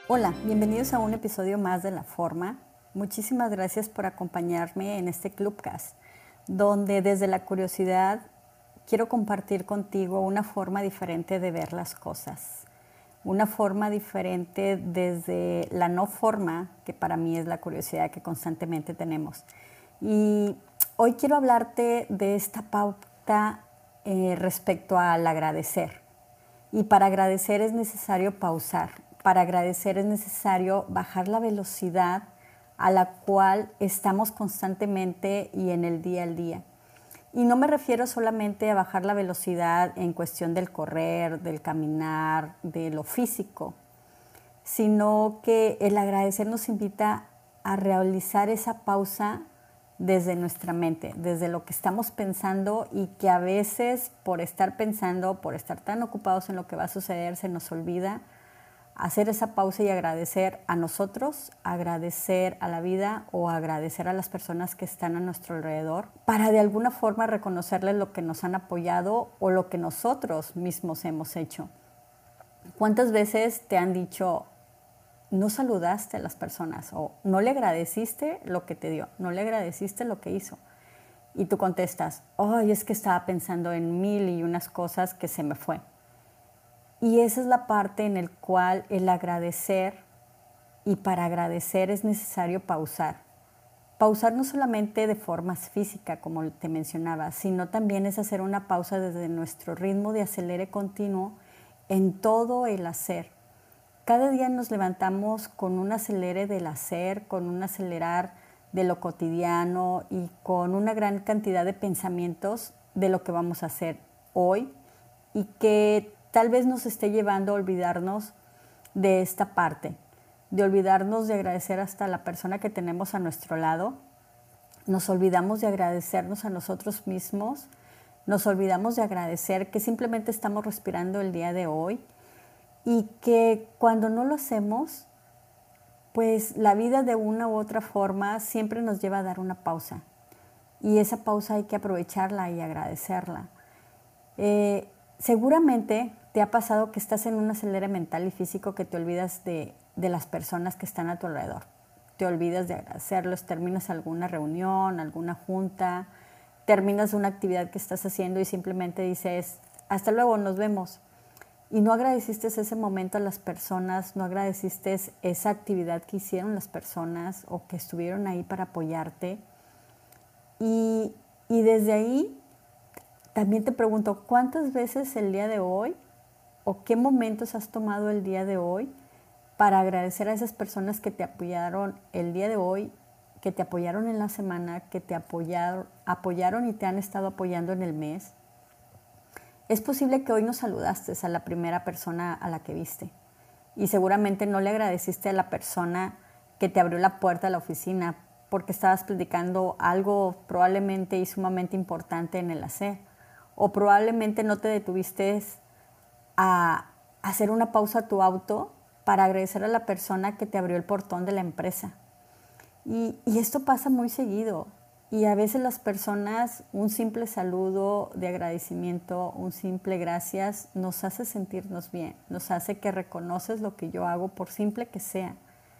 Hola, bienvenidos a un episodio más de La Forma. Muchísimas gracias por acompañarme en este Clubcast, donde desde la curiosidad quiero compartir contigo una forma diferente de ver las cosas, una forma diferente desde la no forma, que para mí es la curiosidad que constantemente tenemos. Y hoy quiero hablarte de esta pauta respecto al agradecer. Y para agradecer es necesario pausar. Para agradecer es necesario bajar la velocidad a la cual estamos constantemente y en el día al día. Y no me refiero solamente a bajar la velocidad en cuestión del correr, del caminar, de lo físico, sino que el agradecer nos invita a realizar esa pausa desde nuestra mente, desde lo que estamos pensando, y que a veces por estar pensando, por estar tan ocupados en lo que va a suceder, se nos olvida hacer esa pausa y agradecer a nosotros, agradecer a la vida o agradecer a las personas que están a nuestro alrededor, para de alguna forma reconocerles lo que nos han apoyado o lo que nosotros mismos hemos hecho. ¿Cuántas veces te han dicho: no saludaste a las personas, o no le agradeciste lo que te dio, no le agradeciste lo que hizo? Y tú contestas: ay, es que estaba pensando en mil y unas cosas que se me fue. Y esa es la parte en la cual el agradecer, y para agradecer es necesario pausar. Pausar no solamente de forma física, como te mencionaba, sino también es hacer una pausa desde nuestro ritmo de acelere continuo en todo el hacer. Cada día nos levantamos con un acelere del hacer, con un acelerar de lo cotidiano y con una gran cantidad de pensamientos de lo que vamos a hacer hoy, y que tal vez nos esté llevando a olvidarnos de esta parte, de olvidarnos de agradecer hasta la persona que tenemos a nuestro lado. Nos olvidamos de agradecernos a nosotros mismos, nos olvidamos de agradecer que simplemente estamos respirando el día de hoy, y que cuando no lo hacemos, pues la vida de una u otra forma siempre nos lleva a dar una pausa. Y esa pausa hay que aprovecharla y agradecerla. Seguramente te ha pasado que estás en un acelere mental y físico, que te olvidas de las personas que están a tu alrededor. Te olvidas de agradecerlos, terminas alguna reunión, alguna junta, terminas una actividad que estás haciendo y simplemente dices: hasta luego, nos vemos. Y no agradeciste ese momento a las personas, no agradeciste esa actividad que hicieron las personas o que estuvieron ahí para apoyarte. Y desde ahí también te pregunto: ¿cuántas veces el día de hoy, o qué momentos has tomado el día de hoy para agradecer a esas personas que te apoyaron el día de hoy, que te apoyaron en la semana, que te apoyaron y te han estado apoyando en el mes? Es posible que hoy no saludaste a la primera persona a la que viste, y seguramente no le agradeciste a la persona que te abrió la puerta a la oficina, porque estabas platicando algo probablemente y sumamente importante en el hacer, o probablemente no te detuviste a hacer una pausa a tu auto para agradecer a la persona que te abrió el portón de la empresa. Y esto pasa muy seguido. Y a veces las personas, un simple saludo de agradecimiento, un simple gracias, nos hace sentirnos bien, nos hace que reconoces lo que yo hago, por simple que sea.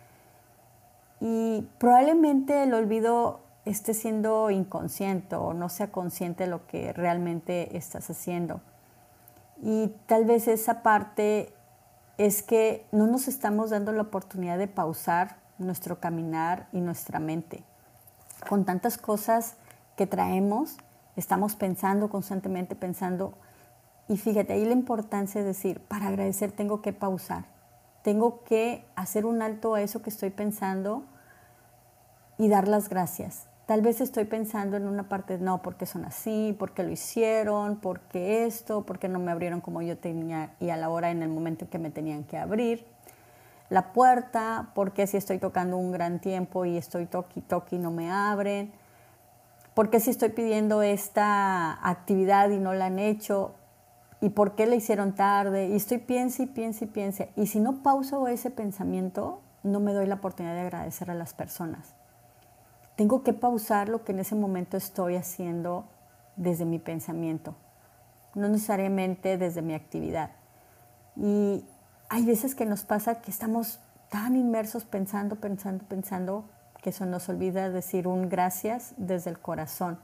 Y probablemente el olvido esté siendo inconsciente o no sea consciente de lo que realmente estás haciendo. Y tal vez esa parte es que no nos estamos dando la oportunidad de pausar nuestro caminar y nuestra mente. Con tantas cosas que traemos, estamos pensando constantemente, pensando. Y fíjate, ahí la importancia de decir: para agradecer tengo que pausar. Tengo que hacer un alto a eso que estoy pensando y dar las gracias. Tal vez estoy pensando en una parte: no, porque son así, porque lo hicieron, porque esto, porque no me abrieron como yo tenía y a la hora, en el momento que me tenían que abrir la puerta, porque si estoy tocando un gran tiempo y estoy toqui y no me abren, porque si estoy pidiendo esta actividad y no la han hecho, y por qué la hicieron tarde, y estoy piense y piense y piense. Y si no pauso ese pensamiento, no me doy la oportunidad de agradecer a las personas. Tengo que pausar lo que en ese momento estoy haciendo desde mi pensamiento, no necesariamente desde mi actividad. Y hay veces que nos pasa que estamos tan inmersos pensando, que se nos olvida decir un gracias desde el corazón.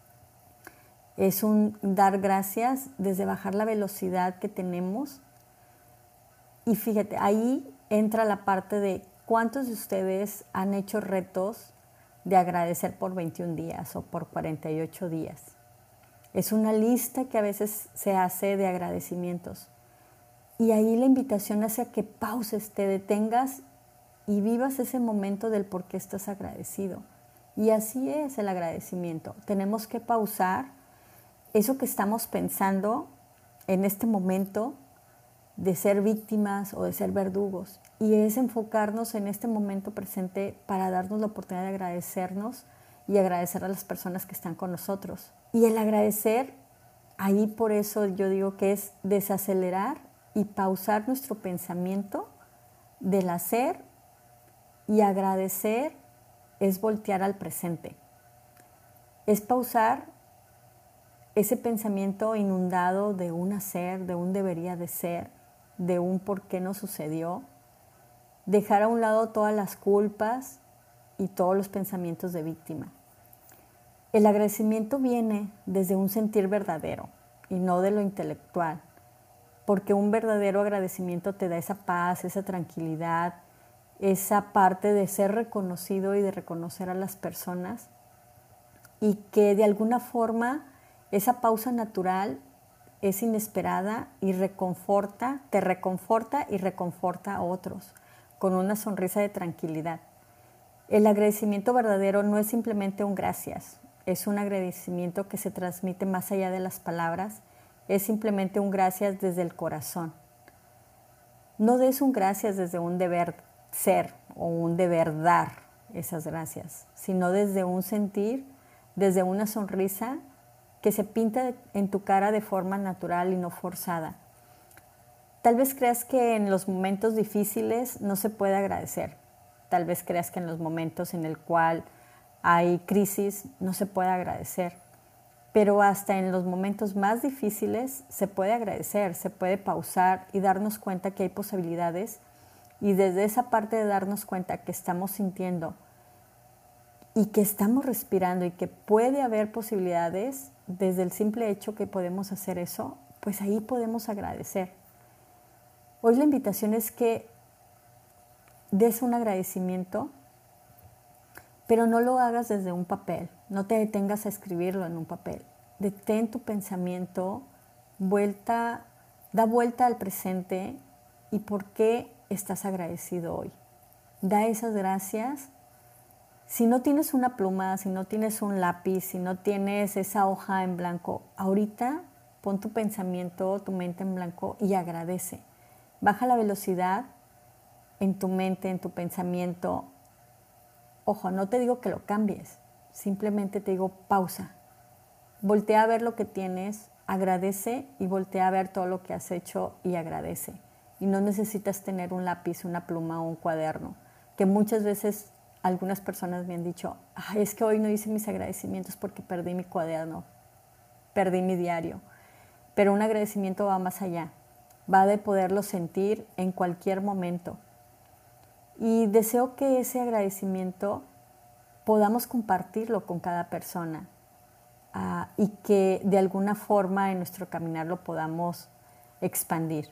Es un dar gracias desde bajar la velocidad que tenemos. Y fíjate, ahí entra la parte de cuántos de ustedes han hecho retos de agradecer por 21 días o por 48 días. Es una lista que a veces se hace de agradecimientos. Y ahí la invitación hacia que pauses, te detengas y vivas ese momento del por qué estás agradecido. Y así es el agradecimiento. Tenemos que pausar eso que estamos pensando en este momento de ser víctimas o de ser verdugos. Y es enfocarnos en este momento presente para darnos la oportunidad de agradecernos y agradecer a las personas que están con nosotros. Y el agradecer, ahí por eso yo digo que es desacelerar y pausar nuestro pensamiento del hacer, y agradecer es voltear al presente. Es pausar ese pensamiento inundado de un hacer, de un debería de ser, de un por qué no sucedió, dejar a un lado todas las culpas y todos los pensamientos de víctima. El agradecimiento viene desde un sentir verdadero y no de lo intelectual, porque un verdadero agradecimiento te da esa paz, esa tranquilidad, esa parte de ser reconocido y de reconocer a las personas, y que de alguna forma esa pausa natural es inesperada y te reconforta y reconforta a otros con una sonrisa de tranquilidad. El agradecimiento verdadero no es simplemente un gracias, es un agradecimiento que se transmite más allá de las palabras, es simplemente un gracias desde el corazón. No des un gracias desde un deber ser o un deber dar esas gracias, sino desde un sentir, desde una sonrisa que se pinta en tu cara de forma natural y no forzada. Tal vez creas que en los momentos difíciles no se puede agradecer. Tal vez creas que en los momentos en el cual hay crisis no se puede agradecer. Pero hasta en los momentos más difíciles se puede agradecer, se puede pausar y darnos cuenta que hay posibilidades. Y desde esa parte de darnos cuenta que estamos sintiendo y que estamos respirando y que puede haber posibilidades, desde el simple hecho que podemos hacer eso, pues ahí podemos agradecer. Hoy la invitación es que des un agradecimiento, pero no lo hagas desde un papel, no te detengas a escribirlo en un papel. Detén tu pensamiento, da vuelta al presente y por qué estás agradecido hoy. Da esas gracias. Si no tienes una pluma, si no tienes un lápiz, si no tienes esa hoja en blanco, ahorita pon tu pensamiento, tu mente en blanco y agradece. Baja la velocidad en tu mente, en tu pensamiento. Ojo, no te digo que lo cambies, simplemente te digo pausa. Voltea a ver lo que tienes, agradece y voltea a ver todo lo que has hecho y agradece. Y no necesitas tener un lápiz, una pluma o un cuaderno, que muchas veces algunas personas me han dicho, es que hoy no hice mis agradecimientos porque perdí mi cuaderno, perdí mi diario. Pero un agradecimiento va más allá, va de poderlo sentir en cualquier momento. Y deseo que ese agradecimiento podamos compartirlo con cada persona y que de alguna forma en nuestro caminar lo podamos expandir.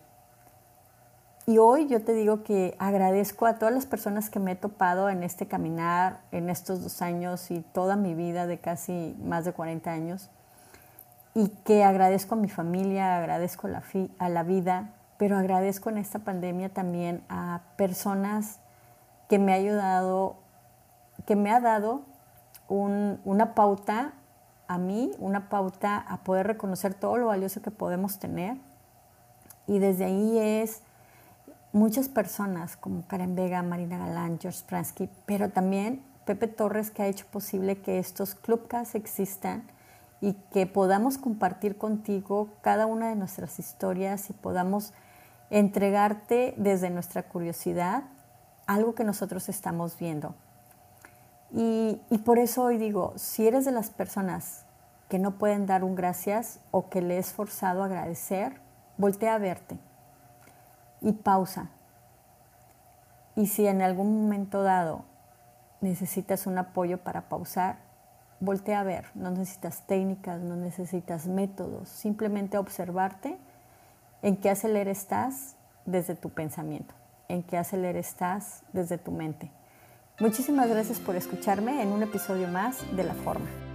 Y hoy yo te digo que agradezco a todas las personas que me he topado en este caminar, en estos 2 años y toda mi vida de casi más de 40 años, y que agradezco a mi familia, agradezco a la vida, pero agradezco en esta pandemia también a personas que me ha ayudado, que me ha dado una pauta a mí, una pauta a poder reconocer todo lo valioso que podemos tener. Y desde ahí es muchas personas como Karen Vega, Marina Galán, George Pransky, pero también Pepe Torres, que ha hecho posible que estos clubcasts existan y que podamos compartir contigo cada una de nuestras historias y podamos entregarte desde nuestra curiosidad algo que nosotros estamos viendo. Y por eso hoy digo, si eres de las personas que no pueden dar un gracias o que le es forzado a agradecer, voltea a verte y pausa. Y si en algún momento dado necesitas un apoyo para pausar, voltea a ver. No necesitas técnicas, no necesitas métodos, simplemente observarte en qué acelere estás desde tu pensamiento, en qué acelere estás desde tu mente. Muchísimas gracias por escucharme en un episodio más de La Forma.